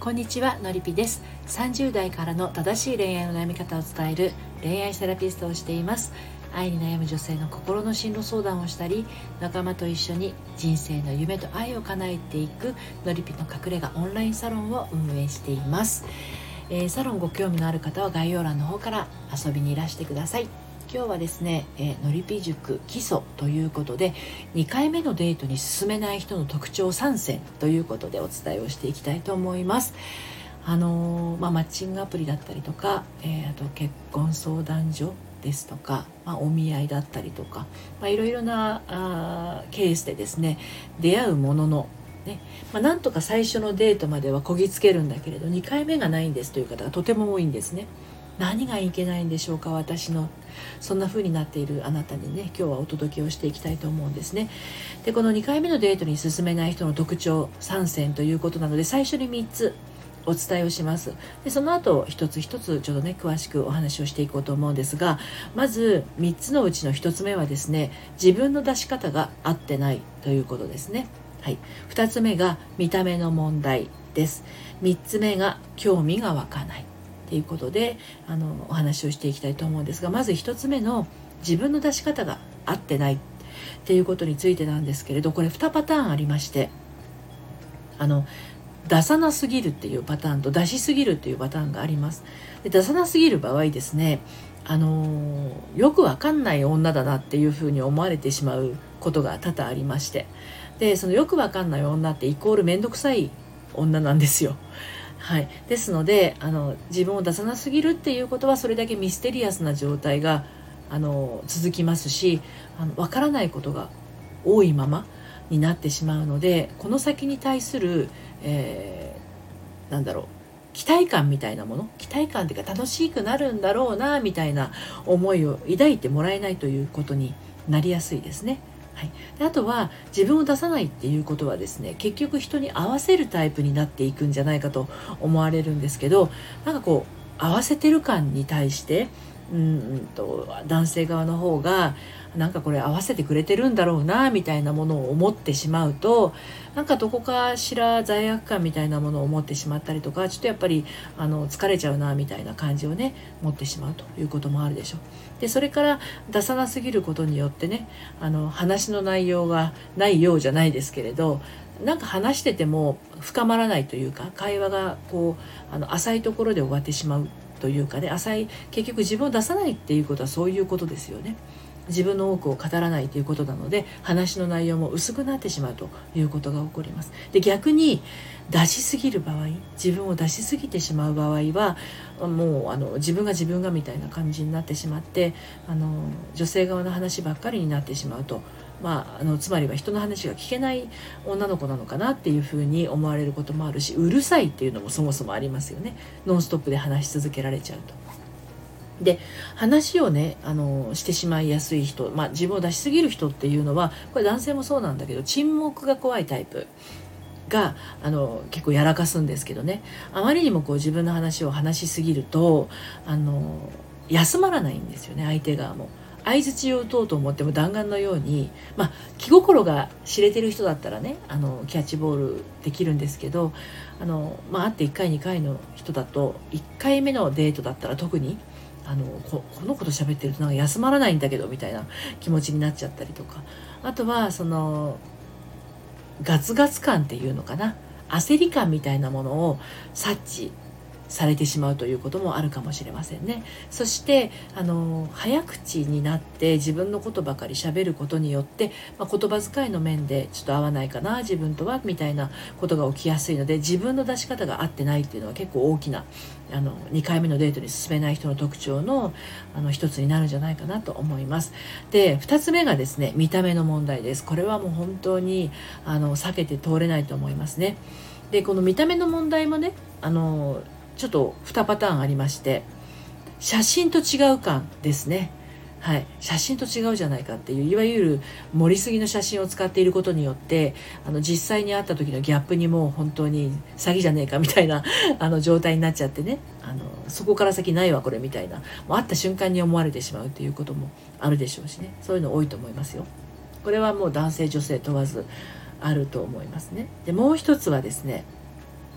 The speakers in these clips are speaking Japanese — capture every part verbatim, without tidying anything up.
こんにちは、のりぴです。さんじゅう代からの正しい恋愛の悩み方を伝える恋愛セラピストをしています。愛に悩む女性の心の進路相談をしたり、仲間と一緒に人生の夢と愛を叶えていくのりぴの隠れ家オンラインサロンを運営しています。えー、サロンご興味のある方は概要欄の方から遊びにいらしてください。今日はですね、えー、のりぴ塾基礎ということでにかいめのデートに進めない人の特徴さん選ということでお伝えをしていきたいと思います。あのーまあ、マッチングアプリだったりとか、えー、あと結婚相談所ですとか、まあ、お見合いだったりとか、まあ、いろいろなあーケースでですね出会うもののねまあ、なんとか最初のデートまではこぎつけるんだけれどにかいめがないんですという方がとても多いんですね。何がいけないんでしょうか、私の。そんな風になっているあなたにね、今日はお届けをしていきたいと思うんですね。で、このにかいめのデートに進めない人の特徴さん選ということなので、最初にみっつお伝えをします。で、その後一つ一つちょっとね詳しくお話をしていこうと思うんですが、まずみっつのうちのひとつめはですね、自分の出し方が合ってないということですね。はい、ふたつめが見た目の問題です。みっつめが興味が湧かないということで、あのお話をしていきたいと思うんですが、まずひとつめの自分の出し方が合ってないっていうことについてなんですけれど、これにパターンありまして、あの出さなすぎるっていうパターンと出しすぎるっていうパターンがあります。で、出さなすぎる場合ですね、あのよくわかんない女だなっていうふうに思われてしまうことが多々ありまして、でそのよくわかんない女ってイコールめんどくさい女なんですよ。はい、ですのであの自分を出さなすぎるっていうことはそれだけミステリアスな状態があの続きますし、あのわからないことが多いままになってしまうので、この先に対する、えー、なんだろう期待感みたいなもの、期待感っていうか楽しくなるんだろうなみたいな思いを抱いてもらえないということになりやすいですね。はい、であとは自分を出さないっていうことはですね、結局人に合わせるタイプになっていくんじゃないかと思われるんですけど、なんかこう合わせてる感に対してうんと男性側の方がなんかこれ合わせてくれてるんだろうなみたいなものを思ってしまうと、なんかどこかしら罪悪感みたいなものを持ってしまったりとか、ちょっとやっぱりあの疲れちゃうなみたいな感じをね持ってしまうということもあるでしょう。でそれから出さなすぎることによってね、あの話の内容がないようじゃないですけれど、なんか話してても深まらないというか、会話がこうあの浅いところで終わってしまうというかね、浅い、結局自分を出さないっていうことはそういうことですよね。自分の多くを語らないということなので、話の内容も薄くなってしまうということが起こります。で逆に出しすぎる場合、自分を出しすぎてしまう場合はもうあの自分が自分がみたいな感じになってしまって、あの女性側の話ばっかりになってしまうと、まあ、あのつまりは人の話が聞けない女の子なのかなっていうふうに思われることもあるし、うるさいっていうのもそもそもありますよね。ノンストップで話し続けられちゃうと。で話をねあのしてしまいやすい人、まあ、自分を出しすぎる人っていうのは、これ男性もそうなんだけど、沈黙が怖いタイプがあの結構やらかすんですけどね、あまりにもこう自分の話を話しすぎるとあの休まらないんですよね、相手側も。相槌を打とうと思っても弾丸のように、まあ、気心が知れてる人だったらねあのキャッチボールできるんですけど、あの、まあ、会っていっかいにかいの人だと、いっかいめのデートだったら特にあの こ, この子と喋ってるとなんか休まらないんだけどみたいな気持ちになっちゃったりとか、あとはそのガツガツ感っていうのかな、焦り感みたいなものを察知されてしまうということもあるかもしれませんね。そしてあの早口になって自分のことばかり喋ることによって、まあ、言葉遣いの面でちょっと合わないかな自分とはみたいなことが起きやすいので、自分の出し方が合ってないっていうのは結構大きなあのにかいめのデートに進めない人の特徴のあの一つになるんじゃないかなと思います。でふたつめがですね、見た目の問題です。これはもう本当にあの避けて通れないと思いますね。でこの見た目の問題もね、あのちょっとにパターンありまして、写真と違う感ですね。はい、写真と違うじゃないかっていう、いわゆる盛りすぎの写真を使っていることによって、あの実際に会った時のギャップにもう本当に詐欺じゃねえかみたいなあの状態になっちゃってね、あのそこから先ないわこれみたいな、もう会った瞬間に思われてしまうということもあるでしょうしね、そういうの多いと思いますよ。これはもう男性女性問わずあると思いますね。でもう一つはですね、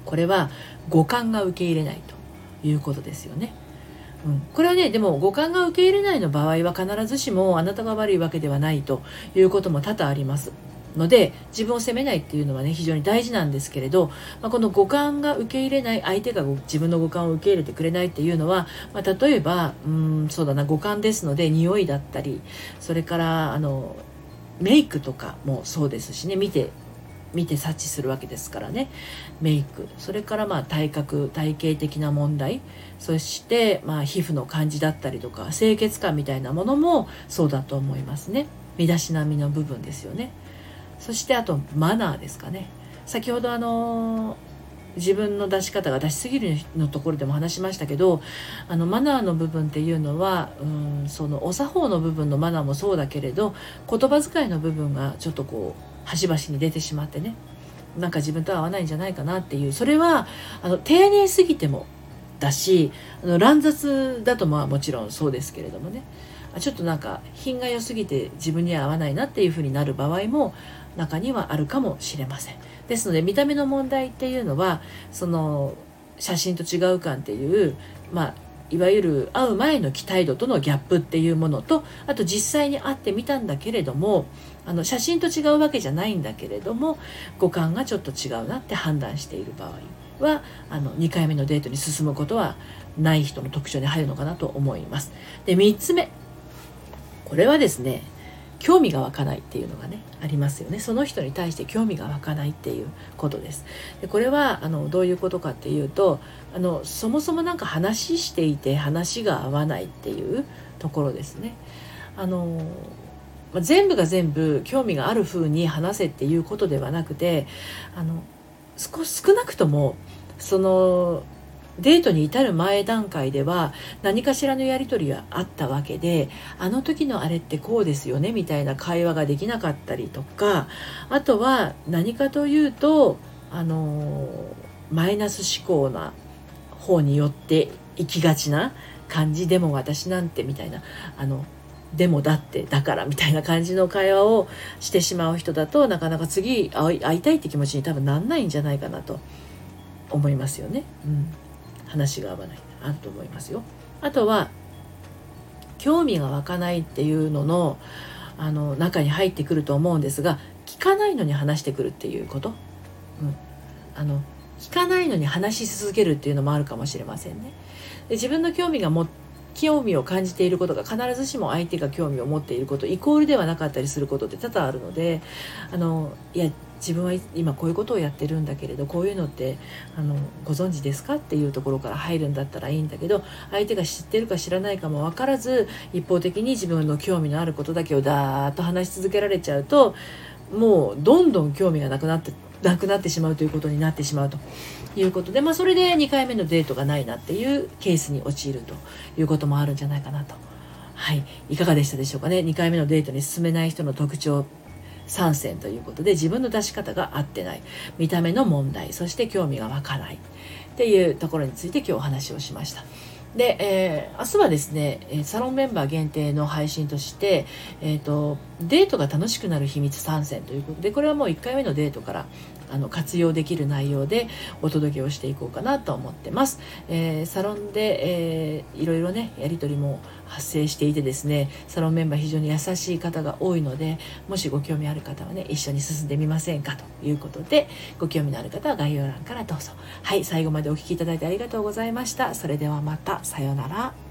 これは五感が受け入れないということですよね。うん、これはね、でも五感が受け入れないの場合は必ずしもあなたが悪いわけではないということも多々ありますので、自分を責めないっていうのはね非常に大事なんですけれど、まあ、この五感が受け入れない、相手が自分の五感を受け入れてくれないっていうのは、まあ、例えばうーんそうだな、五感ですので匂いだったり、それからあのメイクとかもそうですしね、見て見て察知するわけですからね。メイク、それからまあ体格体型的な問題、そしてまあ皮膚の感じだったりとか清潔感みたいなものもそうだと思いますね。身だしなみの部分ですよね。そしてあとマナーですかね。先ほどあの自分の出し方が出しすぎるのところでも話しましたけど、あのマナーの部分っていうのはうんそのお作法の部分のマナーもそうだけれど、言葉遣いの部分がちょっとこう端々に出てしまってね、なんか自分と合わないんじゃないかなっていう、それはあの丁寧すぎてもだし、あの乱雑だとまあもちろんそうですけれどもね、ちょっとなんか品が良すぎて自分には合わないなっていうふうになる場合も中にはあるかもしれません。ですので見た目の問題っていうのはその写真と違う感っていう、まあいわゆる会う前の期待度とのギャップっていうものと、あと実際に会ってみたんだけれども、あの写真と違うわけじゃないんだけれども五感がちょっと違うなって判断している場合は、あのにかいめのデートに進むことはない人の特徴に入るのかなと思います。でみっつめ、これはですね、興味が湧かないっていうのがねありますよね。その人に対して興味が湧かないっていうことです。でこれはあのどういうことかっていうと、あのそもそもなんか話していて話が合わないっていうところですね。あのまあ、全部が全部興味がある風に話せっていうことではなくて、あの少少なくともそのデートに至る前段階では何かしらのやり取りはあったわけで、あの時のあれってこうですよねみたいな会話ができなかったりとか、あとは何かというとあのマイナス思考な方によっていきがちな感じでも私なんてみたいな、あのでもだってだからみたいな感じの会話をしてしまう人だと、なかなか次会い、会いたいって気持ちに多分なんないんじゃないかなと思いますよね。うん、話が合わない、あると思いますよ。あとは興味が湧かないっていうののあの中に入ってくると思うんですが、聞かないのに話してくるっていうこと、うん、あの聞かないのに話し続けるっていうのもあるかもしれませんね。で自分の興味がも興味を感じていることが必ずしも相手が興味を持っていることイコールではなかったりすることって多々あるので、あのいや自分は今こういうことをやってるんだけれど、こういうのってあのご存知ですかっていうところから入るんだったらいいんだけど、相手が知ってるか知らないかも分からず一方的に自分の興味のあることだけをだーっと話し続けられちゃうと、もうどんどん興味がなくなってなくなってしまうということになってしまうということで、まあ、それでにかいめのデートがないなっていうケースに陥るということもあるんじゃないかなと。はい、いかがでしたでしょうかね。にかいめのデートに進めない人の特徴さんせんということで、自分の出し方が合ってない、見た目の問題、そして興味が湧かないっていうところについて今日お話をしました。で、えー、明日はですねサロンメンバー限定の配信として、えーと、デートが楽しくなる秘密さんせんということで、これはもういっかいめのデートからあの活用できる内容でお届けをしていこうかなと思ってます。えー、サロンで、えー、いろいろねやり取りも発生していてですね、サロンメンバー非常に優しい方が多いので、もしご興味ある方はね一緒に進んでみませんかということで、ご興味のある方は概要欄からどうぞ。はい、最後までお聞きいただいてありがとうございました。それではまた、さようなら。